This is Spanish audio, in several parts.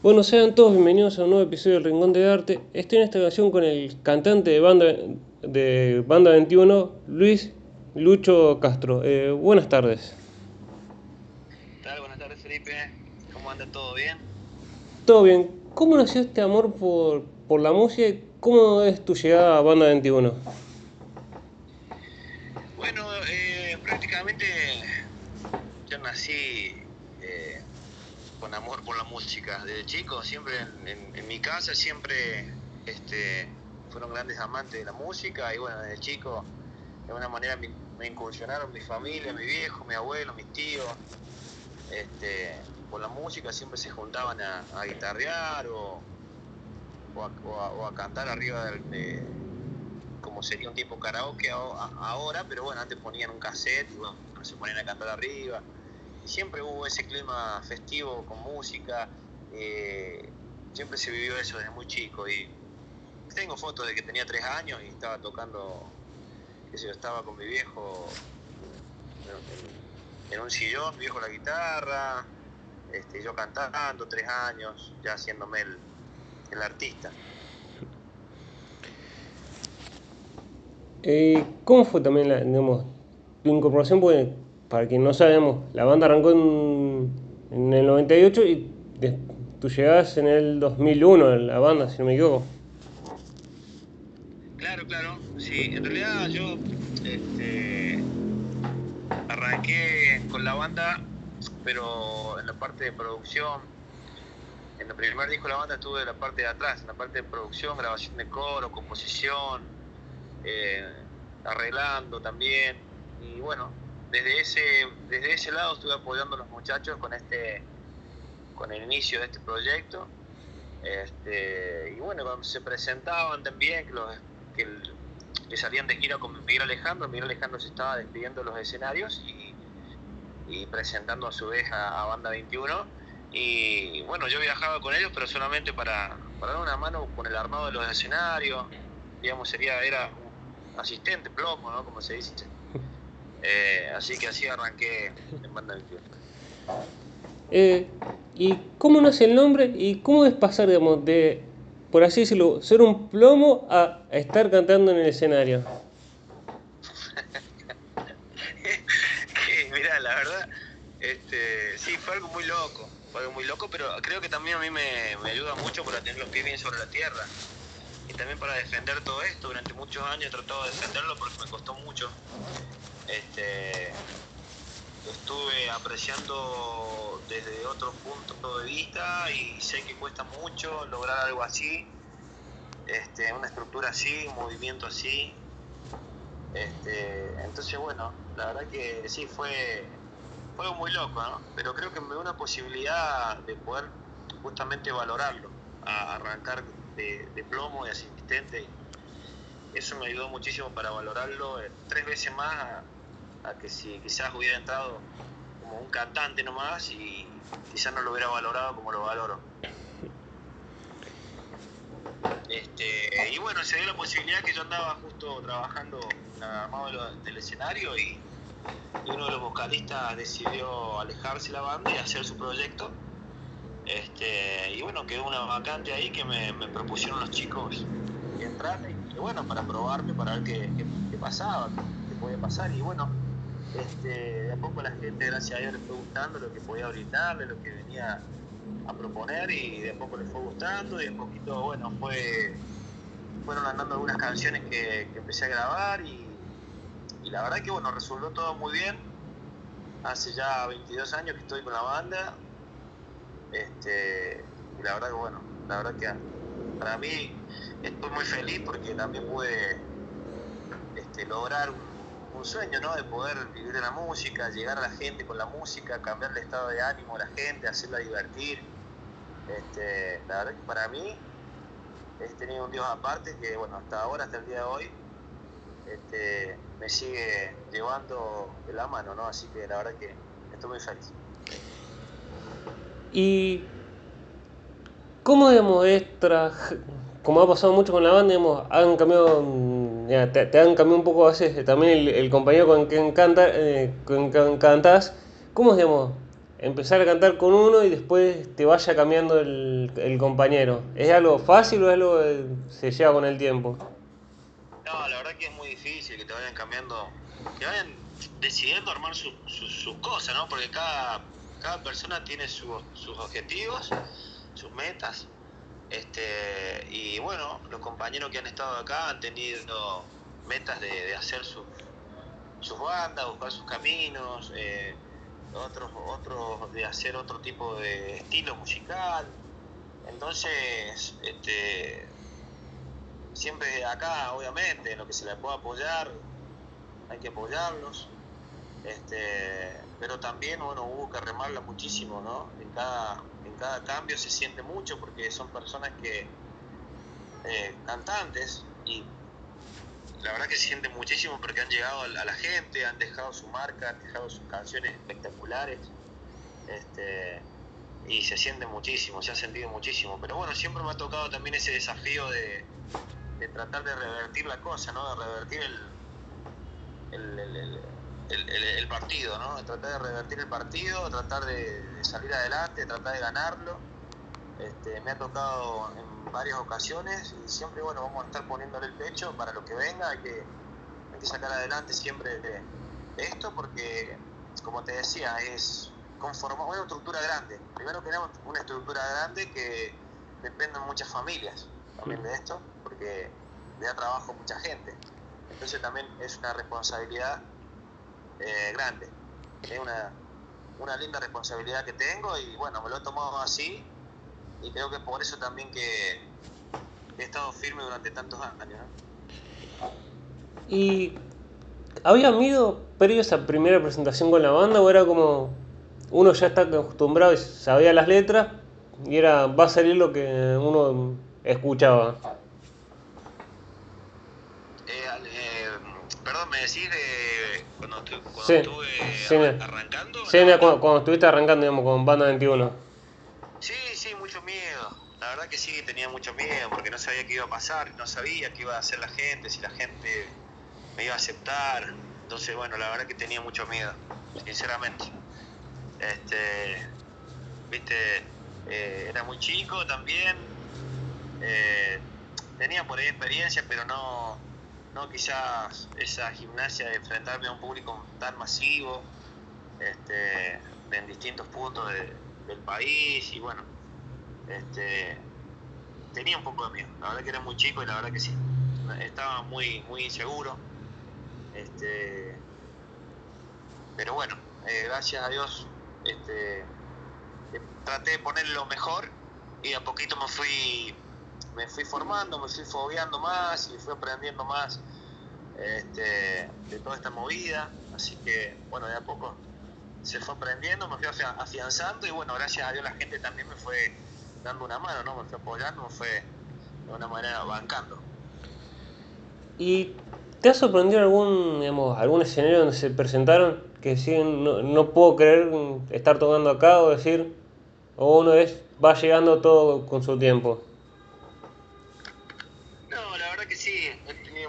Bueno, sean todos bienvenidos a un nuevo episodio del Rincón de Arte. Estoy en esta ocasión con el cantante de Banda 21, Luis Lucho Castro. Buenas tardes. ¿Qué tal? Buenas tardes, Felipe. ¿Cómo anda? ¿Todo bien? ¿Todo bien? ¿Cómo nació este amor por la música y cómo es tu llegada a Banda 21? Bueno, prácticamente yo nací con amor por la música. Desde chico, siempre en mi casa, siempre fueron grandes amantes de la música y bueno, desde chico, de alguna manera me incursionaron mi familia, mi viejo, mi abuelo, mis tíos, por la música, siempre se juntaban a guitarrear o a cantar arriba como sería un tipo karaoke ahora, pero bueno, antes ponían un cassette y bueno, se ponían a cantar arriba. Y siempre hubo ese clima festivo con música, siempre se vivió eso desde muy chico. Y tengo fotos de que tenía 3 años y estaba tocando, qué sé yo, estaba con mi viejo en un sillón, mi viejo la guitarra, yo cantando, 3 años, ya haciéndome el artista. ¿Cómo fue también tu incorporación? Porque, para quien no sabemos, la banda arrancó en el 98 y tú llegás en el 2001 en la banda, si no me equivoco. Claro, claro, sí, en realidad yo arranqué con la banda, pero en la parte de producción. En el primer disco de la banda estuve en la parte de atrás, en la parte de producción, grabación de coro, composición, eh, arreglando también. Y bueno, desde ese lado estuve apoyando a los muchachos con el inicio de este proyecto. Y bueno, cuando se presentaban también, que salían de gira con Miguel Alejandro se estaba despidiendo de los escenarios y presentando a su vez a Banda 21. Y bueno, yo viajaba con ellos, pero solamente para dar una mano con el armado de los escenarios, digamos, era un asistente, plomo, ¿no? Como se dice. Así que así arranqué en Banda 21. Eh, ¿Y cómo nace el nombre y cómo es pasar, digamos, de, por así decirlo, ser un plomo a estar cantando en el escenario? Mirá, la verdad, sí, fue algo muy loco, pero creo que también a mí me ayuda mucho para tener los pies bien sobre la tierra y también para defender todo esto. Durante muchos años he tratado de defenderlo porque me costó mucho. Este, lo estuve apreciando desde otro punto de vista y sé que cuesta mucho lograr algo así, una estructura así, un movimiento así. Entonces, bueno, la verdad que sí fue algo muy loco, ¿no? Pero creo que me dio una posibilidad de poder justamente valorarlo, a arrancar de plomo, de asistente. Y eso me ayudó muchísimo para valorarlo 3 veces más a que si quizás hubiera entrado como un cantante nomás y quizás no lo hubiera valorado como lo valoro. Y bueno, se dio la posibilidad que yo andaba justo trabajando en el armado del escenario y uno de los vocalistas decidió alejarse de la banda y hacer su proyecto. Y bueno, quedó una vacante ahí que me propusieron los chicos que entrara y que bueno, para probarme, para ver qué pasaba, qué podía pasar. Y bueno, de a poco la gente, gracias a Dios, le fue gustando lo que podía brindarle, lo que venía a proponer y de a poco le fue gustando y de a poquito, bueno, fueron andando algunas canciones que empecé a grabar y la verdad que bueno, resultó todo muy bien. Hace ya 22 años que estoy con la banda. Y la verdad que bueno, la verdad que para mí estoy muy feliz porque también pude lograr un sueño, ¿no? De poder vivir de la música, llegar a la gente con la música, cambiar el estado de ánimo de la gente, hacerla divertir. La verdad que para mí he tenido un Dios aparte que bueno, hasta ahora, hasta el día de hoy, me sigue llevando de la mano, ¿no? Así que la verdad que estoy muy feliz. Y cómo, digamos, como ha pasado mucho con la banda, digamos, han cambiado, ya, te han cambiado un poco a veces también el compañero con quien cantás. ¿Cómo es, digamos? empezar a cantar con uno y después te vaya cambiando el compañero? ¿Es algo fácil o es algo que se lleva con el tiempo? No, la verdad que es muy difícil que te vayan cambiando, que vayan decidiendo armar sus cosas, ¿no? Porque cada persona tiene sus objetivos, sus metas. Y bueno, los compañeros que han estado acá han tenido metas de hacer sus bandas, buscar sus caminos, otros de hacer otro tipo de estilo musical. Entonces, siempre acá, obviamente, en lo que se les pueda apoyar, hay que apoyarlos. Pero también, bueno, hubo que remarla muchísimo, ¿no? En cada cambio se siente mucho porque son personas que, cantantes, y la verdad que se siente muchísimo porque han llegado a la gente, han dejado su marca, han dejado sus canciones espectaculares, y se siente muchísimo, se ha sentido muchísimo. Pero bueno, siempre me ha tocado también ese desafío de tratar de revertir la cosa, ¿no? De revertir el partido, ¿no? De tratar de revertir el partido, tratar de salir adelante, tratar de ganarlo. Me ha tocado en varias ocasiones y siempre, bueno, vamos a estar poniéndole el pecho para lo que venga. Hay que sacar adelante siempre de esto porque, como te decía, es conformar una estructura grande. Primero tenemos una estructura grande que dependen muchas familias también de esto, porque le da trabajo a mucha gente. Entonces también es una responsabilidad grande. Es una linda responsabilidad que tengo y bueno, me lo he tomado así y creo que por eso también que he estado firme durante tantos años, ¿no? ¿Y habían ido previo a esa primera presentación con la banda o era como uno ya está acostumbrado y sabía las letras y va a salir lo que uno escuchaba? Perdón, me decís de cuando Sí, estuve sí, arrancando. sí, cuando estuviste arrancando, digamos, con Banda 21. Sí, mucho miedo. La verdad que sí, tenía mucho miedo porque no sabía qué iba a pasar, no sabía qué iba a hacer la gente, si la gente me iba a aceptar. Entonces, bueno, la verdad que tenía mucho miedo, sinceramente. Viste, era muy chico también, tenía por ahí experiencia, pero no quizás esa gimnasia de enfrentarme a un público tan masivo, en distintos puntos del país, y bueno, tenía un poco de miedo. La verdad que era muy chico y la verdad que sí, estaba muy inseguro, pero bueno, gracias a Dios, traté de poner lo mejor y a poquito me fui formando, me fui fogueando más y fui aprendiendo más, de toda esta movida. Así que bueno, de a poco se fue aprendiendo, me fui afianzando y bueno, gracias a Dios la gente también me fue dando una mano, ¿no? Me fue apoyando, me fue de una manera bancando. ¿Y te ha sorprendido algún escenario donde se presentaron que decían no puedo creer estar tocando acá o decir, o uno va llegando todo con su tiempo? No, la verdad que sí, he tenido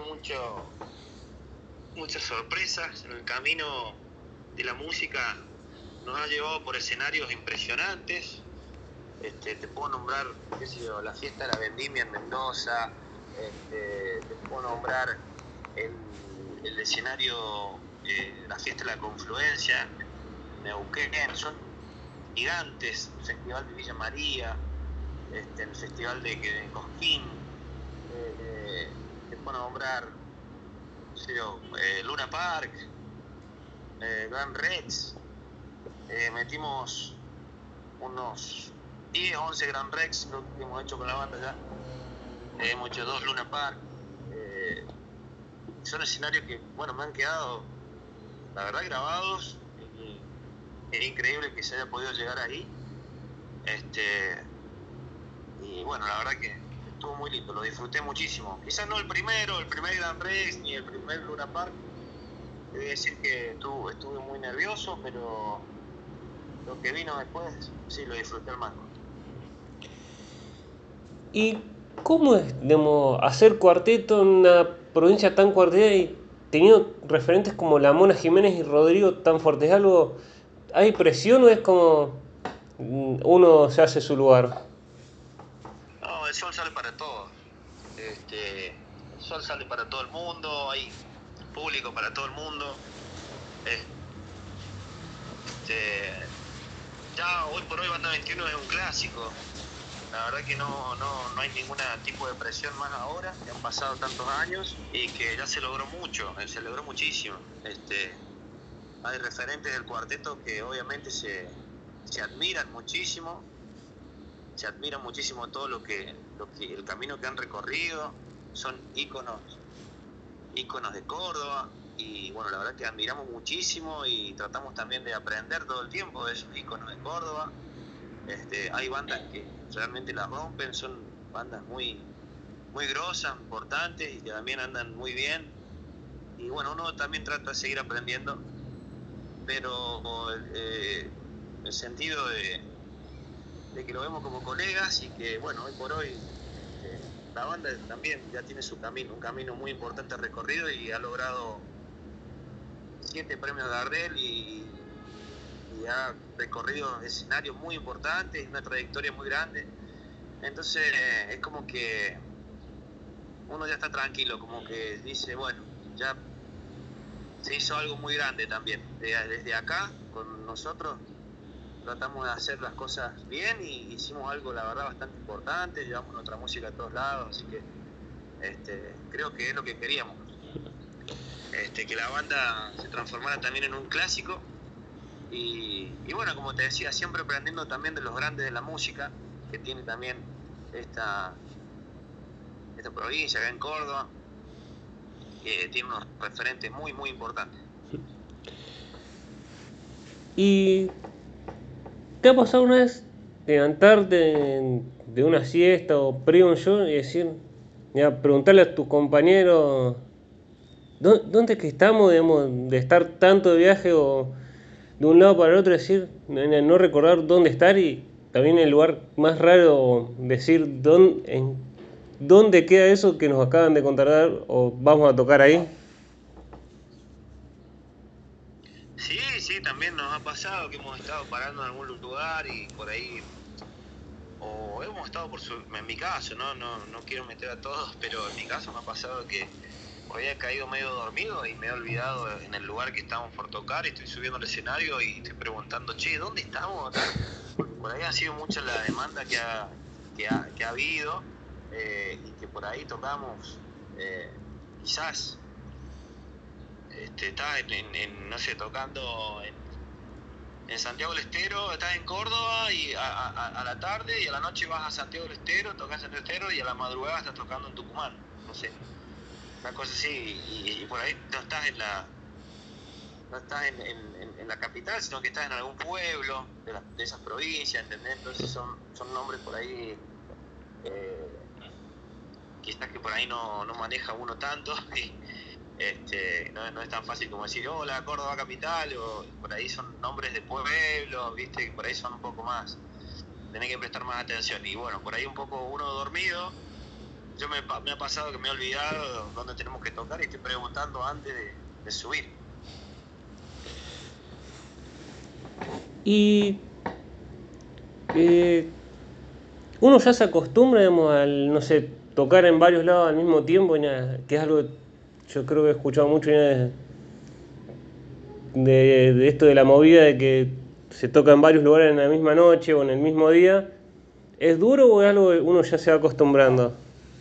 muchas sorpresas en el camino de la música. Nos ha llevado por escenarios impresionantes. Te puedo nombrar, qué sé yo, la fiesta de la Vendimia en Mendoza, te puedo nombrar el escenario, la fiesta de la Confluencia en Neuquén. Son gigantes, el Festival de Villa María, el Festival de Cosquín, te puedo nombrar, qué sé yo, Luna Park, Gran Rex. Metimos unos 10, 11 Grand Rex, creo que hemos hecho con la banda ya. Hemos hecho 2 Luna Park. Son escenarios que, bueno, me han quedado, la verdad, grabados. Y es increíble que se haya podido llegar ahí. Y bueno, la verdad que estuvo muy lindo, lo disfruté muchísimo. Quizás no el primer Grand Rex, ni el primer Luna Park. Te voy a decir que estuve muy nervioso, pero lo que vino después, sí, lo disfruté al máximo. ¿Y cómo es, digamos, hacer cuarteto en una provincia tan cuartera y teniendo referentes como la Mona Jiménez y Rodrigo tan fuertes? ¿Es algo ¿hay presión o es como uno se hace su lugar? No, el sol sale para todos. El sol sale para todo el mundo, hay público para todo el mundo. Este, ya hoy por hoy Banda 21 es un clásico. La verdad que no hay ningún tipo de presión más ahora, que han pasado tantos años y que ya se logró mucho, se logró muchísimo. Hay referentes del cuarteto que obviamente se admiran muchísimo, todo lo que el camino que han recorrido, son íconos de Córdoba, y bueno, la verdad que admiramos muchísimo y tratamos también de aprender todo el tiempo de esos íconos de Córdoba. Hay bandas que realmente la rompen, son bandas muy grosas, importantes y que también andan muy bien, y bueno, uno también trata de seguir aprendiendo, pero el sentido de que lo vemos como colegas y que bueno, hoy por hoy la banda también ya tiene su camino, un camino muy importante recorrido, y ha logrado 7 premios Gardel y ha recorrido escenarios muy importantes, una trayectoria muy grande. Entonces es como que uno ya está tranquilo, como que dice, bueno, ya se hizo algo muy grande también. Desde acá, con nosotros, tratamos de hacer las cosas bien y hicimos algo, la verdad, bastante importante, llevamos nuestra música a todos lados, así que creo que es lo que queríamos. Que la banda se transformara también en un clásico. Y bueno, como te decía, siempre aprendiendo también de los grandes de la música, que tiene también esta provincia acá en Córdoba, que tiene unos referentes muy importantes. ¿Y te ha pasado una vez levantarte de una siesta o previo a un show y decir, ya, preguntarle a tus compañeros, ¿dónde es que estamos, digamos, de estar tanto de viaje o de un lado para el otro, decir, no recordar dónde estar, y también el lugar más raro, decir dónde queda eso que nos acaban de contar o vamos a tocar ahí? Sí, también nos ha pasado que hemos estado parando en algún lugar y por ahí, o hemos estado en mi caso, no quiero meter a todos, pero en mi caso me ha pasado que había caído medio dormido y me he olvidado en el lugar que estábamos por tocar, y estoy subiendo al escenario y estoy preguntando, che, ¿dónde estamos acá? Porque por ahí ha sido mucha la demanda que ha habido, y que por ahí tocamos, quizás estás no sé, tocando en Santiago del Estero, estás en Córdoba y a la tarde, y a la noche vas a Santiago del Estero, tocas en Santiago del Estero, y a la madrugada estás tocando en Tucumán, no sé, una cosa así, y por ahí no estás en la capital, sino que estás en algún pueblo de esas provincias, ¿entendés? Entonces son nombres por ahí, quizás que por ahí no maneja uno tanto, y no es tan fácil como decir, hola, Córdoba capital, o por ahí son nombres de pueblos, viste, que por ahí son un poco más, tenés que prestar más atención, y bueno, por ahí un poco uno dormido. Me ha pasado que me he olvidado dónde tenemos que tocar y estoy preguntando antes de subir. Y uno ya se acostumbra, digamos, al, no sé, tocar en varios lados al mismo tiempo, que es algo que yo creo que he escuchado mucho de esto de la movida de que se toca en varios lugares en la misma noche o en el mismo día. ¿Es duro o es algo que uno ya se va acostumbrando?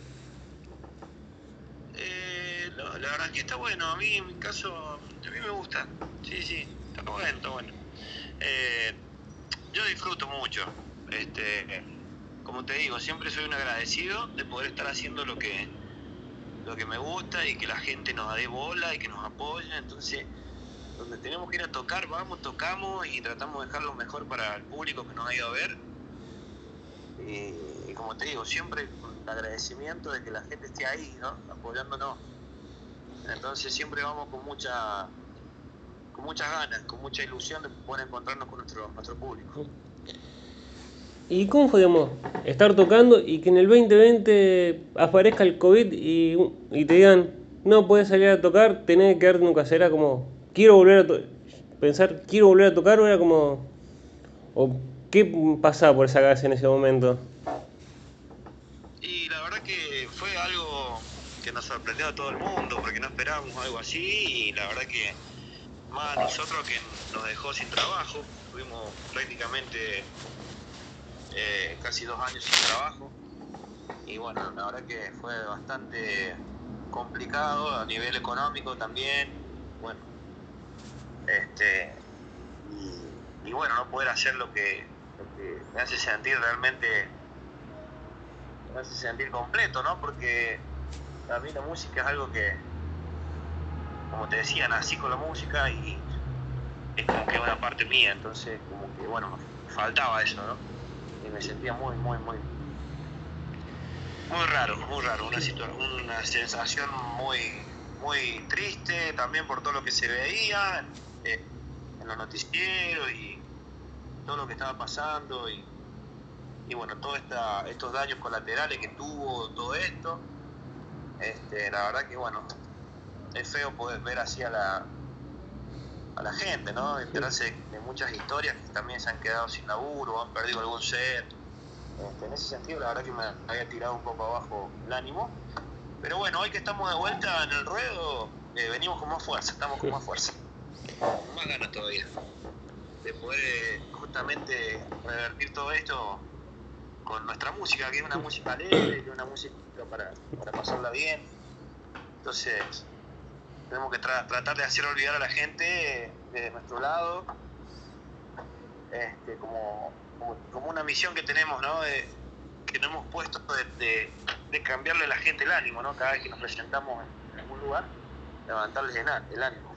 La verdad es que está bueno, a mí en mi caso, a mí me gusta, sí, está bueno. Yo disfruto mucho, como te digo, siempre soy un agradecido de poder estar haciendo lo que me gusta y que la gente nos dé bola y que nos apoye. Entonces, donde tenemos que ir a tocar, vamos, tocamos y tratamos de dejar lo mejor para el público que nos ha ido a ver. Y como te digo, siempre con el agradecimiento de que la gente esté ahí, ¿no?, apoyándonos. Entonces siempre vamos con muchas ganas, con mucha ilusión de poder encontrarnos con nuestro público. ¿Y cómo fue, digamos, estar tocando y que en el 2020 aparezca el COVID y te digan, no puedes salir a tocar, tenés que quedarte en tu casera, como, quiero volver a pensar, quiero volver a tocar, o era como, o qué pasaba por esa cabeza en ese momento? Y la verdad que fue algo que nos sorprendió a todo el mundo, porque no esperábamos algo así, y la verdad que más a nosotros que nos dejó sin trabajo, tuvimos prácticamente casi 2 años sin trabajo, y bueno, la verdad que fue bastante complicado a nivel económico también, bueno, y bueno, no poder hacer lo que me hace sentir realmente, me hace sentir completo, ¿no? Porque a mí la música es algo que, como te decía, nací con la música y es como que una parte mía, entonces como que, bueno, me faltaba eso, ¿no? Y me sentía muy raro, una sensación muy triste también por todo lo que se veía en los noticieros y todo lo que estaba pasando y bueno, todos estos daños colaterales que tuvo todo esto. La verdad que bueno, es feo poder ver así a la gente, ¿no? Enterarse de muchas historias que también se han quedado sin laburo, han perdido algún ser. En ese sentido, la verdad que me había tirado un poco abajo el ánimo. Pero bueno, hoy que estamos de vuelta en el ruedo, venimos con más fuerza, estamos con más fuerza. Con más ganas todavía de poder justamente revertir todo esto con nuestra música, que es una música alegre, que es una música para pasarla bien. Entonces, tenemos que tratar de hacer olvidar a la gente de nuestro lado, como una misión que tenemos, ¿no? Que nos hemos puesto de cambiarle a la gente el ánimo, ¿no? Cada vez que nos presentamos en algún lugar, levantarles el ánimo.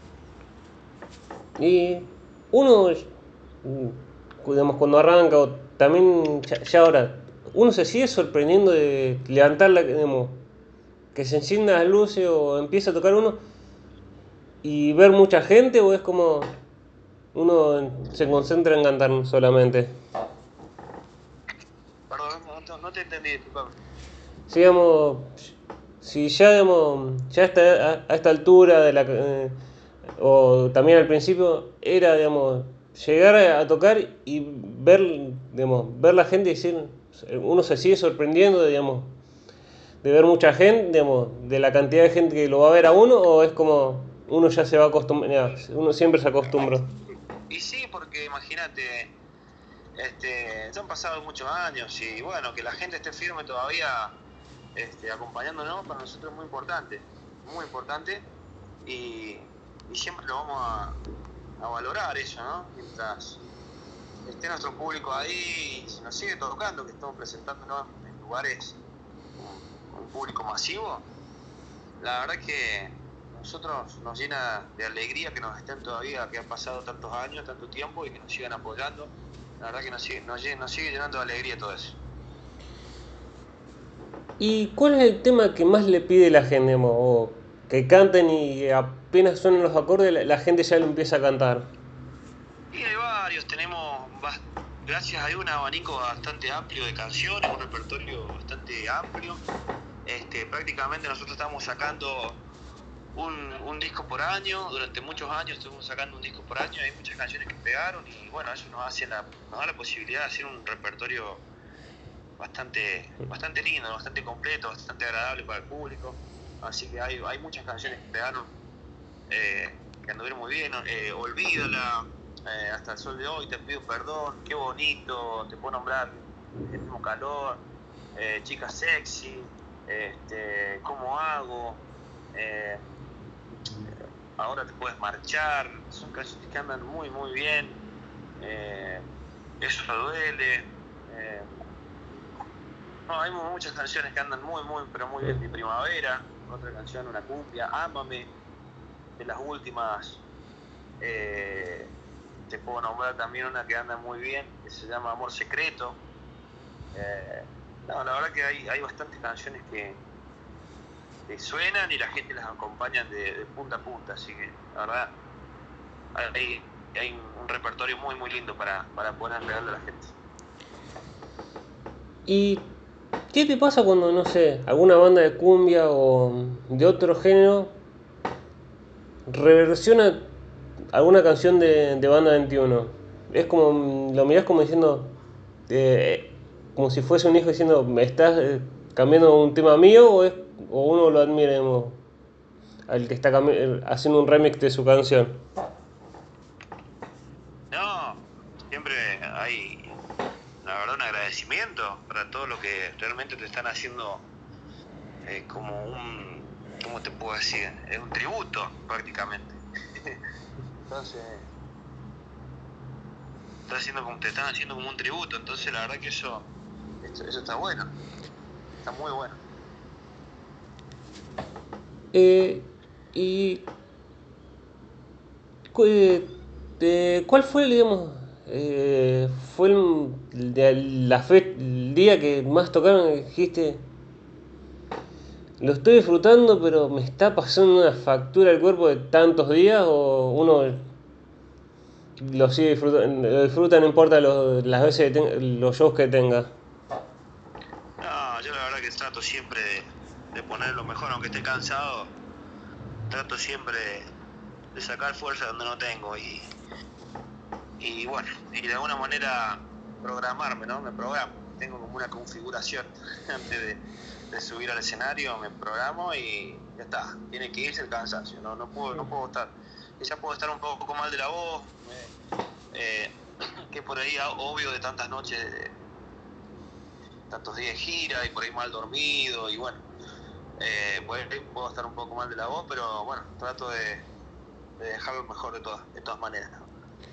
Y uno, digamos, cuando arranca, o también ya ahora, uno se sigue sorprendiendo de levantar digamos, que se enciendan las luces o empieza a tocar uno y ver mucha gente, o es como uno se concentra en cantar solamente. Perdón, no te entendí, disculpame. Si, digamos, si ya, digamos, ya está a esta altura de o también al principio era, digamos, llegar a tocar y ver, digamos, ver la gente y decir, uno se sigue sorprendiendo, digamos, de ver mucha gente, digamos, de la cantidad de gente que lo va a ver a uno, o es como uno ya se va acostumbrando, uno siempre se acostumbra. Y sí, porque imagínate, ya han pasado muchos años y bueno, que la gente esté firme todavía acompañándonos para nosotros es muy importante y siempre lo vamos a valorar eso, ¿no? Mientras esté nuestro público ahí y si nos sigue tocando, que estamos presentándonos en lugares con un público masivo, la verdad que nosotros nos llena de alegría que nos estén todavía, que han pasado tantos años, tanto tiempo y que nos sigan apoyando. La verdad que nos sigue llenando de alegría todo eso. ¿Y cuál es el tema que más le pide la gente, digamos, o que canten y apenas suenan los acordes, la gente ya lo empieza a cantar? Y hay varios, gracias a Dios, un abanico bastante amplio de canciones, un repertorio bastante amplio. Prácticamente nosotros estamos sacando un disco por año, durante muchos años estuvimos sacando un disco por año, hay muchas canciones que pegaron y bueno, eso nos da la posibilidad de hacer un repertorio bastante lindo, bastante completo, bastante agradable para el público, así que hay muchas canciones que pegaron, que anduvieron muy bien, Olvídala, Hasta el sol de hoy, Te pido perdón, Qué bonito, te puedo nombrar El mismo calor, Chica sexy, ¿Cómo hago? Eh, Ahora te puedes marchar, son canciones que andan muy bien, eh, Eso no duele, eh, no, hay muchas canciones que andan pero muy bien. Mi primavera, otra canción, una cumbia, Ámame, de las últimas, eh, te puedo nombrar también una que anda muy bien, que se llama Amor Secreto. Eh, no, la verdad que hay bastantes canciones que suenan y la gente las acompaña de punta a punta, así que la verdad hay un repertorio muy lindo para poder regalarle a la gente. ¿Y qué te pasa cuando, no sé, alguna banda de cumbia o de otro género reversiona alguna canción de Banda 21, es como, lo mirás como diciendo, como si fuese un hijo diciendo, ¿me estás cambiando un tema mío o uno lo admira, digamos, al que está haciendo un remix de su canción? No, siempre hay, la verdad, un agradecimiento para todo lo que realmente te están haciendo, como ¿cómo te puedo decir? Es un tributo prácticamente. Entonces, te están haciendo como un tributo, entonces la verdad que eso está bueno, está muy bueno. Y ¿cuál fue, digamos, fue el día que más tocaron y dijiste, lo estoy disfrutando, pero me está pasando una factura al cuerpo de tantos días? ¿O uno lo sigue disfrutando, lo disfruta no importa las veces los shows que tenga? No, yo la verdad que trato siempre de poner lo mejor, aunque esté cansado, trato siempre de sacar fuerza donde no tengo y bueno, y de alguna manera programarme, ¿no? Me programo, tengo como una configuración antes de subir al escenario, me programo y ya está, tiene que irse el cansancio, no puedo estar, quizás puedo estar un poco mal de la voz, eh, que por ahí obvio de tantas noches, tantos días de gira y por ahí mal dormido y bueno, puedo estar un poco mal de la voz, pero bueno, trato de dejarlo mejor de todas maneras, ¿no?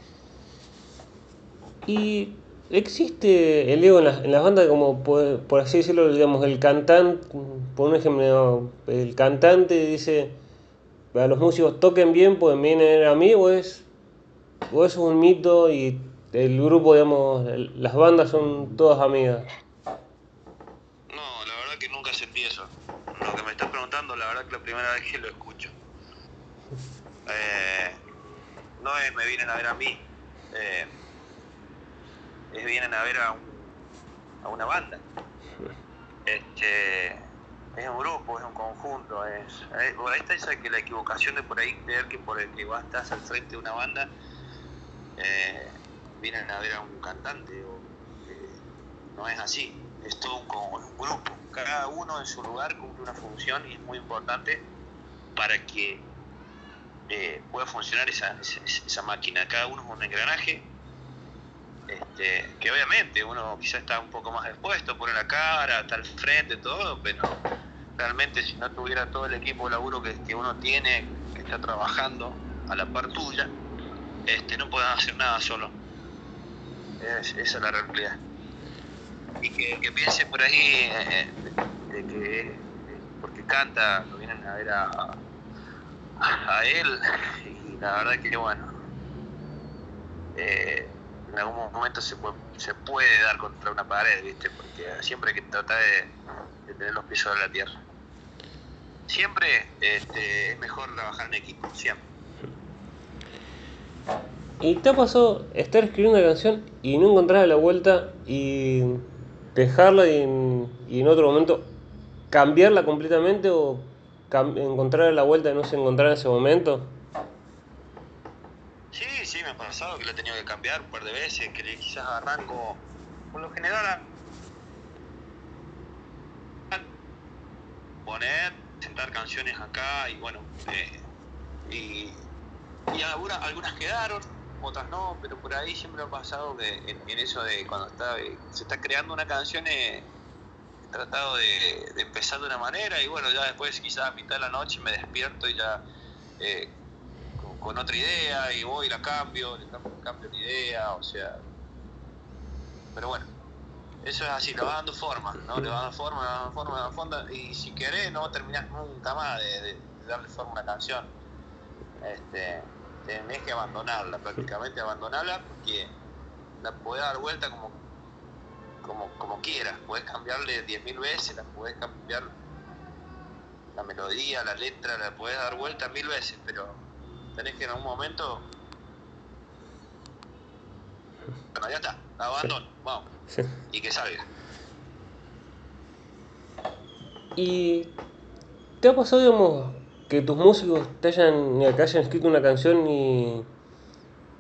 Y existe el ego en las bandas, como por así decirlo, digamos, el cantante, por un ejemplo, el cantante dice a los músicos toquen bien, pues me vienen a mí, o es un mito y el grupo, digamos, las bandas son todas amigas. No, la verdad que nunca sentí eso. Lo que me estás preguntando, la verdad que la primera vez que lo escucho. Eh, no es me vienen a ver a mí, eh, es vienen a ver a una banda. Es un grupo, es un conjunto. Por ahí está esa que la equivocación de por ahí creer que por el que vas estás al frente de una banda, eh, vienen a ver a un cantante. No es así, es todo un grupo. Cada uno en su lugar cumple una función y es muy importante para que pueda funcionar esa máquina. Cada uno es un engranaje, que obviamente uno quizás está un poco más expuesto, pone la cara, está al frente, todo, pero realmente si no tuviera todo el equipo de laburo que uno tiene, que está trabajando a la par tuya, no puedes hacer nada solo. Esa es la realidad. Y que piense por ahí, de que porque canta lo vienen a ver a él, y la verdad que bueno, en algún momento se puede dar contra una pared, ¿viste? Porque siempre hay que tratar de tener los pies sobre la tierra. Siempre es mejor trabajar en equipo, siempre. ¿Y te ha pasado estar escribiendo una canción y no encontrar la vuelta y dejarla y en otro momento cambiarla completamente o encontrar la vuelta y no se encontrar en ese momento? Sí, sí, me ha pasado que lo he tenido que cambiar un par de veces, que quizás arranco, por lo general, poner, sentar canciones acá y bueno, y, y algunas quedaron, otras no, pero por ahí siempre ha pasado que en eso de cuando se está creando una canción, he tratado de empezar de una manera y bueno, ya después quizás a mitad de la noche me despierto y ya, eh, con otra idea y voy y la cambio, le cambio la idea, o sea, pero bueno. Eso es así, le vas dando forma, ¿no? Le vas dando forma, le vas dando forma, le vas dando forma, y si querés no terminás nunca más de darle forma a una canción. Tenés que abandonarla, prácticamente abandonarla, porque la podés dar vuelta como quieras, podés cambiarle 10.000 veces, la podés cambiar la melodía, la letra, la podés dar vuelta 1.000 veces, pero tenés que en algún momento, bueno, ya está, la Sí, abandono, vamos, sí. y que salga. ¿Y te ha pasado, digamos, que tus músicos te hayan escrito una canción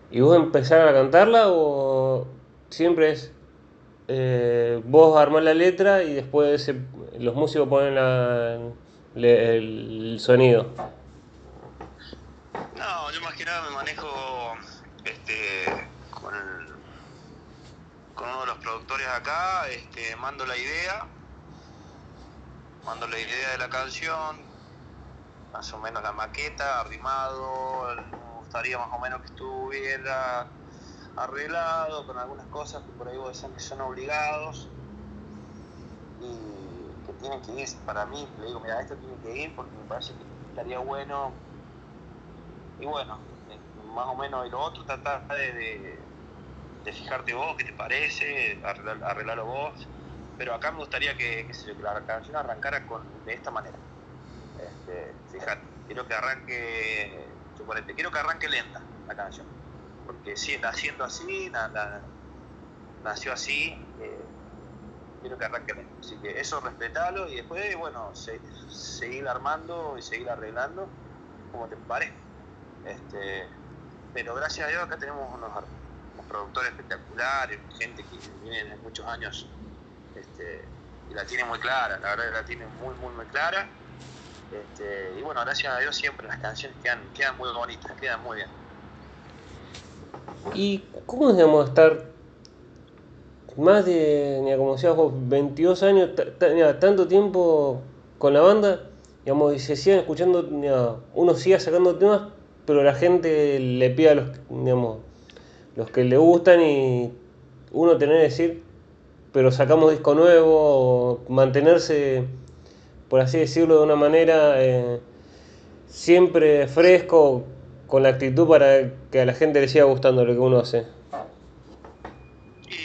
¿Y vos empezar a cantarla o siempre es vos armás la letra y después los músicos ponen el sonido? No, yo más que nada me manejo con, con uno de los productores acá, mando la idea de la canción, más o menos la maqueta, arrimado, me gustaría más o menos que estuviera arreglado con algunas cosas que por ahí vos decís que son obligados y que tienen que ir para mí. Le digo, mira, esto tiene que ir porque me parece que estaría bueno. Y bueno, más o menos, y lo otro, tratar de fijarte vos, qué te parece, arreglarlo vos. Pero acá me gustaría que la canción arrancara de esta manera. Fíjate, quiero que arranque lenta la canción, porque sí, naciendo así, nació así, quiero que arranque lenta. Así que eso respetalo y después, bueno, seguir armando y seguir arreglando como te parezca. Pero gracias a Dios acá tenemos unos productores espectaculares, gente que viene de muchos años y la tiene muy clara, la verdad que la tiene muy, muy, muy clara. Y bueno, gracias a Dios siempre las canciones quedan muy bonitas, quedan muy bien. ¿Y cómo es, digamos, estar más de, mira, como decías vos, 22 años, mira, tanto tiempo con la banda, digamos, y se siguen escuchando, mira, uno sigue sacando temas, pero la gente le pide a digamos, los que le gustan y uno tener que decir, pero sacamos disco nuevo, o mantenerse, por así decirlo, de una manera siempre fresco, con la actitud para que a la gente le siga gustando lo que uno hace. Y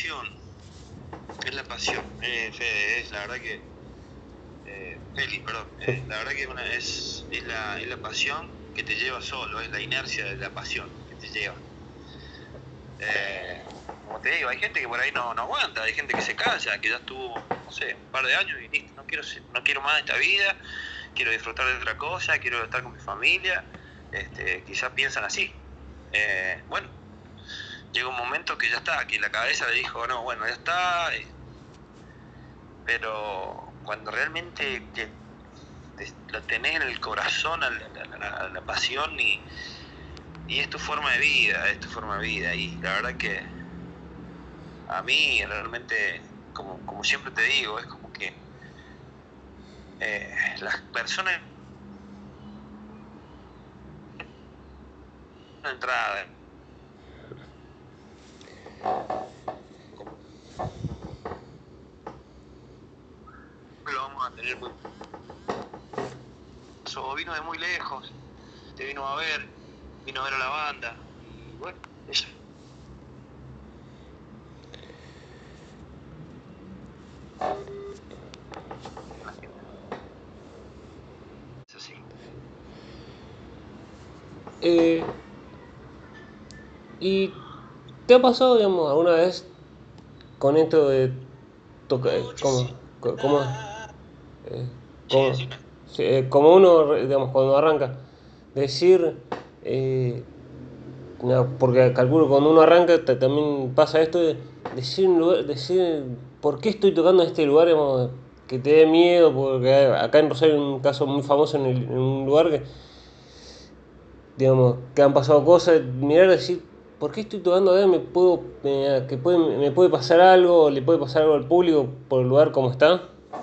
es la pasión, Fede, es la verdad que, Feli, perdón, la verdad que es la pasión que te lleva solo, es la inercia de la pasión que te lleva. Como te digo, hay gente que por ahí no aguanta, hay gente que se cansa, que ya estuvo, no sé, un par de años y listo, no quiero más de esta vida, quiero disfrutar de otra cosa, quiero estar con mi familia, quizás piensan así. Bueno, llega un momento que ya está, que la cabeza le dijo, no, bueno, ya está, pero cuando realmente lo tenés en el corazón, la pasión y es tu forma de vida, y la verdad que a mí realmente, como siempre te digo, es como que las personas de entrada, lo vamos a tener muy... O vino de muy lejos, te vino a ver a la banda, y bueno, eso. La gente es así. Eh, ¿Y te ha pasado, digamos, alguna vez con esto de tocar, cómo, eh, Sí, cómo- decime. sí, como uno, digamos, cuando arranca, decir, eh, no, porque calculo cuando uno arranca también pasa esto de decir, ¿por qué estoy tocando en este lugar? Digamos, que te dé miedo, porque acá en Rosario hay un caso muy famoso en un lugar que, digamos, que han pasado cosas, mirar y decir, ¿por qué estoy tocando acá? Me puede pasar algo, le puede pasar algo al público por el lugar como está.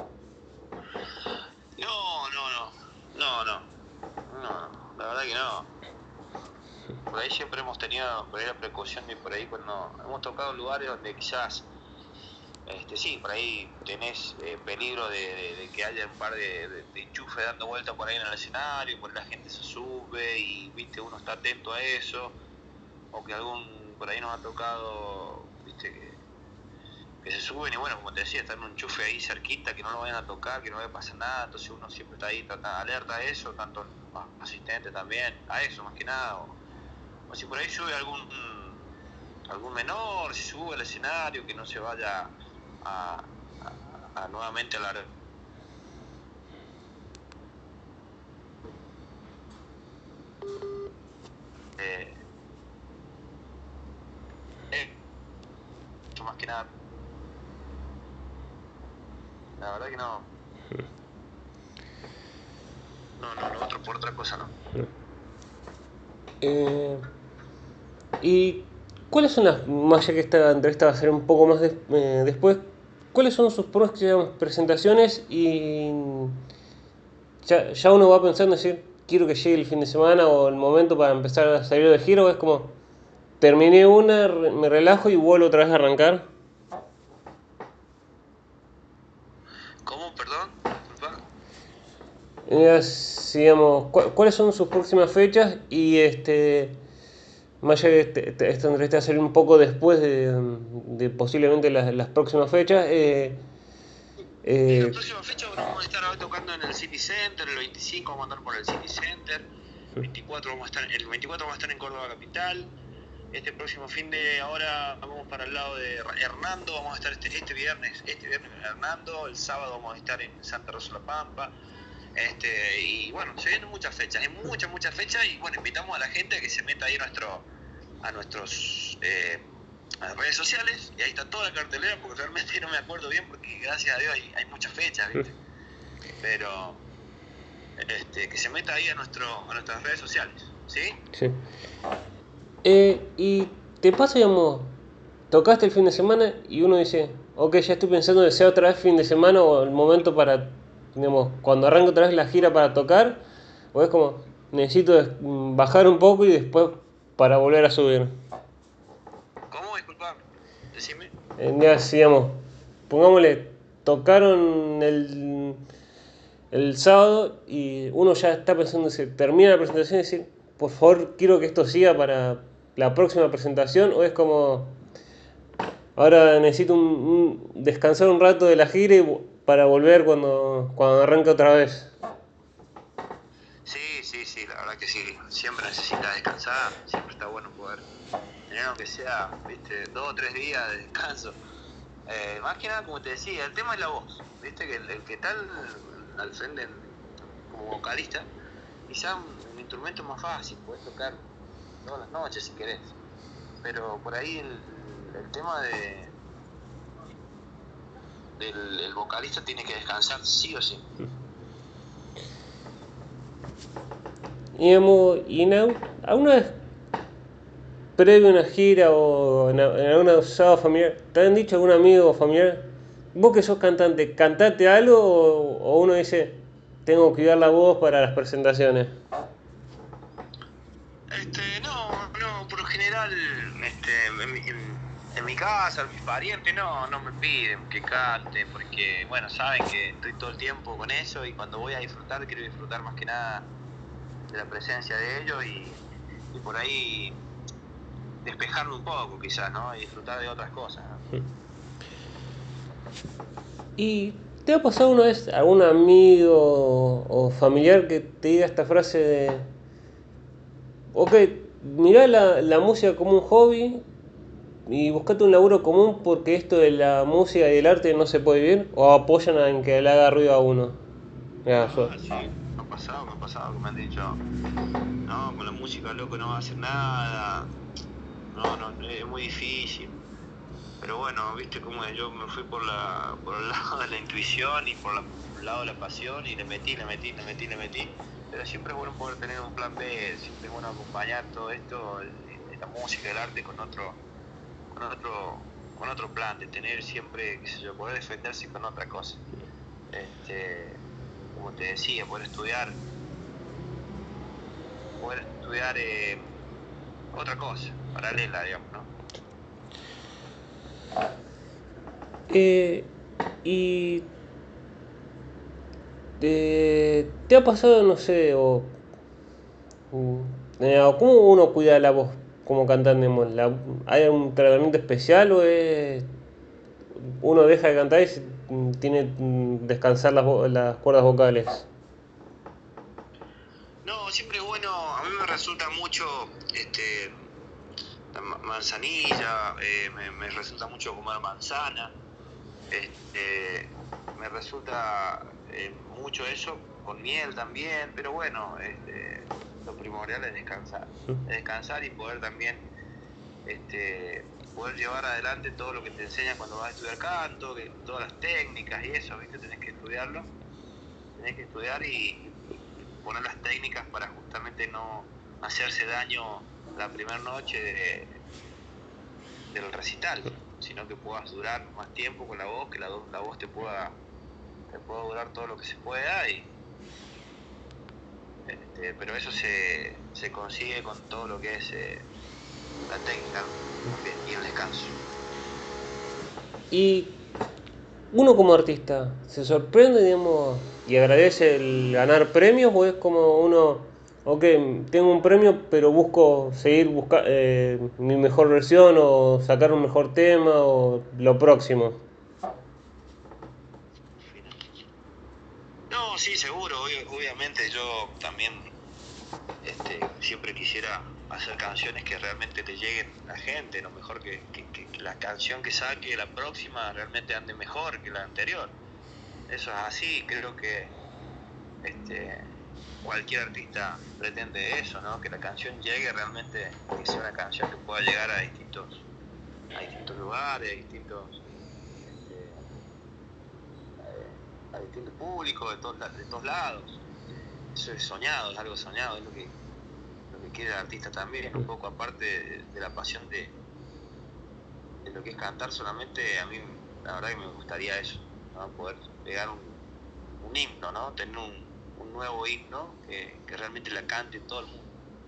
No, la verdad que no. Por ahí siempre hemos tenido por ahí la precaución de por ahí cuando hemos tocado lugares donde quizás, sí, por ahí tenés peligro de que haya un par de enchufes dando vueltas por ahí en el escenario, por ahí la gente se sube y, viste, uno está atento a eso, o que por ahí nos ha tocado, viste, que se suben y bueno, como te decía, están en un enchufe ahí cerquita, que no lo vayan a tocar, que no vaya a pasar nada, entonces uno siempre está ahí alerta a eso, tanto los asistentes también, a eso más que nada, o si por ahí sube algún menor, si sube al escenario, que no se vaya a nuevamente a la... la verdad que no. No, lo otro por otra cosa no. ¿Y cuáles son las, más allá que esta entrevista va a ser un poco más después, cuáles son sus próximas presentaciones y ya uno va pensando en decir, quiero que llegue el fin de semana o el momento para empezar a salir de gira, o es como, terminé una, me relajo y vuelvo otra vez a arrancar? ¿Cómo? Perdón. Disculpa. Digamos, ¿cuáles son sus próximas fechas? Y más allá de esta entrevista va a salir un poco después de posiblemente las próximas fechas. En la próxima fecha vamos a estar ahora tocando en el City Center, el 25 vamos a andar por el City Center, el 24 vamos a estar en Córdoba Capital. Este próximo fin de ahora vamos para el lado de Hernando, vamos a estar este viernes en Hernando, el sábado vamos a estar en Santa Rosa La Pampa. Y bueno, se vienen muchas fechas, hay muchas fechas, y bueno, invitamos a la gente a que se meta ahí a nuestros a las redes sociales, y ahí está toda la cartelera, porque realmente no me acuerdo bien, porque gracias a Dios hay muchas fechas, ¿viste? Pero que se meta ahí a nuestras redes sociales, ¿sí? Sí. Y te pasa, digamos, tocaste el fin de semana y uno dice, ok, ya estoy pensando de sea otra vez fin de semana o el momento para, digamos, cuando arranque otra vez la gira para tocar, o es como, necesito bajar un poco y después para volver a subir. ¿Cómo? Disculpa, decime. Ya, digamos, pongámosle, tocaron el sábado y uno ya está pensando, se termina la presentación y decir, por favor, quiero que esto siga para la próxima presentación, o es como, ahora necesito descansar un rato de la gira para volver cuando arranque otra vez. Sí, la verdad que sí, siempre necesita descansar, siempre está bueno poder tener aunque sea, viste, 2 o 3 días de descanso. Más que nada, como te decía, el tema es la voz, viste, que el que está al frente como vocalista, quizá un instrumento más fácil, puedes tocar todas las noches si querés, pero por ahí el tema del vocalista tiene que descansar sí o sí. Y alguna vez previo a una gira o en algún asado familiar, ¿te han dicho algún amigo o familiar, vos que sos cantante, cantate algo o uno dice, tengo que cuidar la voz para las presentaciones? No, por lo general, en mi casa, mis parientes no me piden que cante, porque, bueno, saben que estoy todo el tiempo con eso, y cuando voy a disfrutar, quiero disfrutar más que nada de la presencia de ellos, y por ahí despejarme un poco quizás, ¿no? Y disfrutar de otras cosas, ¿no? ¿Y te ha pasado una vez algún amigo o familiar que te diga esta frase de, ok, mirá la música como un hobby y buscate un laburo común porque esto de la música y el arte no se puede vivir, o apoyan en que le haga ruido a uno? Ya, Sí, me ha pasado que me han dicho, no, con la música, loco, no vas a hacer nada, no, es muy difícil. Pero bueno, viste cómo es, yo me fui por el lado de la intuición y por el lado de la pasión, y le metí. Pero siempre es bueno poder tener un plan B, siempre es bueno acompañar todo esto, la música, el arte con otro, con otro plan, de tener siempre, qué sé yo, poder defenderse con otra cosa. Como te decía, poder estudiar otra cosa, paralela, digamos, ¿no? Y te ha pasado, no sé, o cómo uno cuida la voz como cantante, digamos, ¿hay un tratamiento especial o es uno deja de cantar y tiene descansar las cuerdas vocales? No, siempre es bueno, a mí me resulta mucho la manzanilla, me resulta mucho comer manzana, me resulta mucho eso, con miel también, pero bueno, lo primordial es descansar y poder también poder llevar adelante todo lo que te enseñan cuando vas a estudiar canto, que todas las técnicas y eso, ¿viste? Tenés que estudiarlo, tenés que estudiar y poner las técnicas para justamente no hacerse daño la primera noche del recital, sino que puedas durar más tiempo con la voz, que la voz te pueda durar todo lo que se pueda, pero eso se consigue con todo lo que es la técnica también, y el descanso. Y uno como artista, ¿se sorprende, digamos, y agradece el ganar premios o es como uno, ok, tengo un premio pero busco seguir mi mejor versión o sacar un mejor tema o lo próximo? No, sí, seguro, obviamente yo también siempre quisiera hacer canciones que realmente le lleguen a la gente, lo mejor que la canción que saque la próxima realmente ande mejor que la anterior. Eso es así, creo que cualquier artista pretende eso, ¿no? Que la canción llegue realmente, que sea una canción que pueda llegar a distintos lugares, a distintos públicos, de todos lados. Eso es soñado, es algo soñado, es lo que quiere el artista también, un poco aparte de la pasión de lo que es cantar solamente. A mí la verdad que me gustaría eso, ¿no? Poder pegar un himno, ¿no? Tener un nuevo himno que realmente la cante todo el mundo.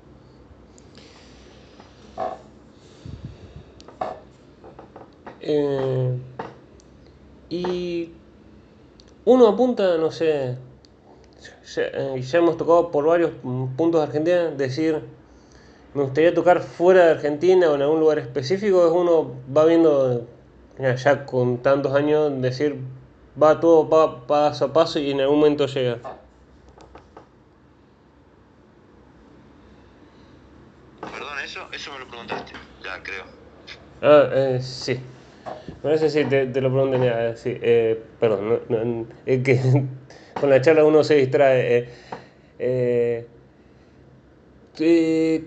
Y uno apunta, no sé, ya hemos tocado por varios puntos de Argentina, decir, me gustaría tocar fuera de Argentina o en algún lugar específico, es uno va viendo, ya con tantos años, decir, va todo paso a paso y en algún momento llega. Perdón, eso me lo preguntaste, ya creo. Sí. No sé si te lo pregunté, sí, perdón, que con la charla uno se distrae. Eh,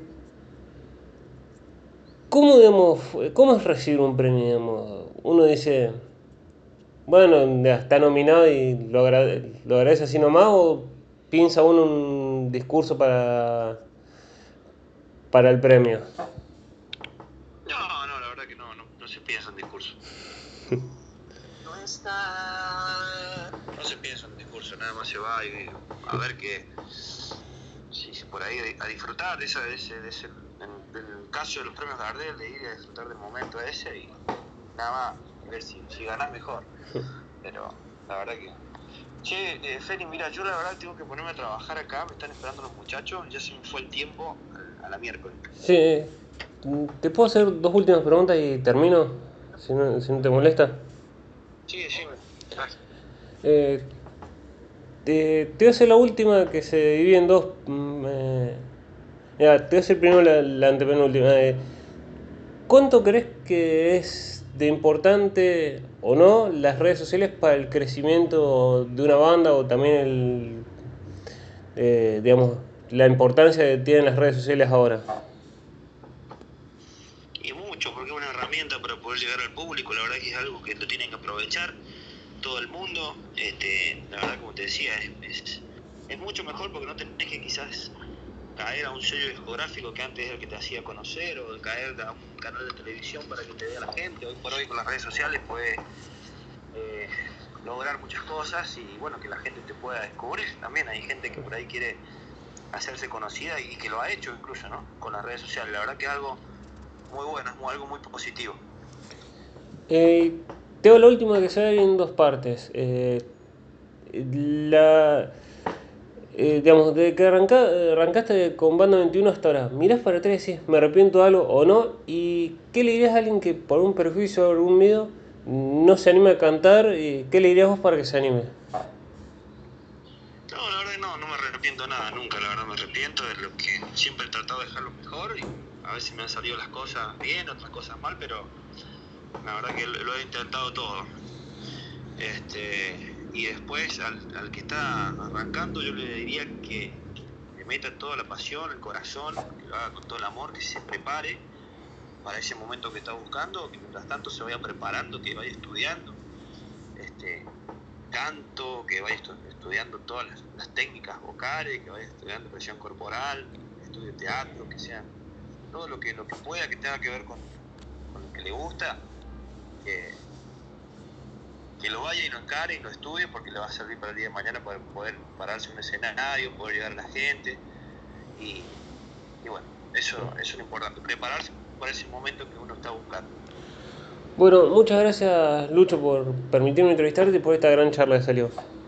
¿Cómo, digamos, cómo es recibir un premio, digamos? Uno dice, bueno, ya está nominado y lo agradece así nomás, o piensa uno un discurso para el premio. No, la verdad que no se piensa en discurso. No se piensa en discurso, nada más se va y a ver que si por ahí a disfrutar de en el caso de los premios Gardel, de ir a disfrutar del momento ese y nada más, ver si ganás mejor. Pero la verdad que... Che, Feli, mira, yo la verdad tengo que ponerme a trabajar acá, me están esperando los muchachos, ya se me fue el tiempo a la miércoles. Sí, ¿te puedo hacer dos últimas preguntas y termino? Si no te molesta. Sí, decime. Eh, te voy a hacer la última que se divide en dos. Mira, te voy a hacer primero la antepenúltima. ¿Cuánto crees que es de importante o no las redes sociales para el crecimiento de una banda o también digamos, la importancia que tienen las redes sociales ahora? Y mucho, porque es una herramienta para poder llegar al público, la verdad que es algo que lo tienen que aprovechar todo el mundo. La verdad, como te decía, es mucho mejor porque no tenés que quizás caer a un sello discográfico que antes era el que te hacía conocer, o de caer a un canal de televisión para que te vea la gente. Hoy por hoy con las redes sociales puedes lograr muchas cosas y bueno, que la gente te pueda descubrir también. Hay gente que por ahí quiere hacerse conocida y que lo ha hecho incluso, ¿no? Con las redes sociales. La verdad que es algo muy bueno, es algo muy positivo. Tengo la última que se ve en dos partes. La, digamos, desde que arrancaste con Banda 21 hasta ahora, ¿mirás para atrás y decís, me arrepiento de algo o no? ¿Y qué le dirías a alguien que por un prejuicio o algún miedo no se anima a cantar? ¿Y qué le dirías vos para que se anime? No, la verdad no me arrepiento nada, nunca, la verdad me arrepiento de lo que siempre he tratado de dejarlo mejor y a veces me han salido las cosas bien, otras cosas mal, pero la verdad que lo he intentado todo. Y después al que está arrancando yo le diría que le meta toda la pasión, el corazón, que lo haga con todo el amor, que se prepare, para ese momento que está buscando, que mientras tanto se vaya preparando, que vaya estudiando canto, que vaya estudiando todas las técnicas vocales, que vaya estudiando expresión corporal, estudie teatro, que sea todo lo que pueda que tenga que ver con lo que le gusta, que lo vaya y lo encare y lo estudie, porque le va a servir para el día de mañana para poder pararse en un escenario, poder llegar a la gente y bueno, eso es lo importante, prepararse para ese momento que uno está buscando. Bueno, muchas gracias Lucho por permitirme entrevistarte y por esta gran charla que salió.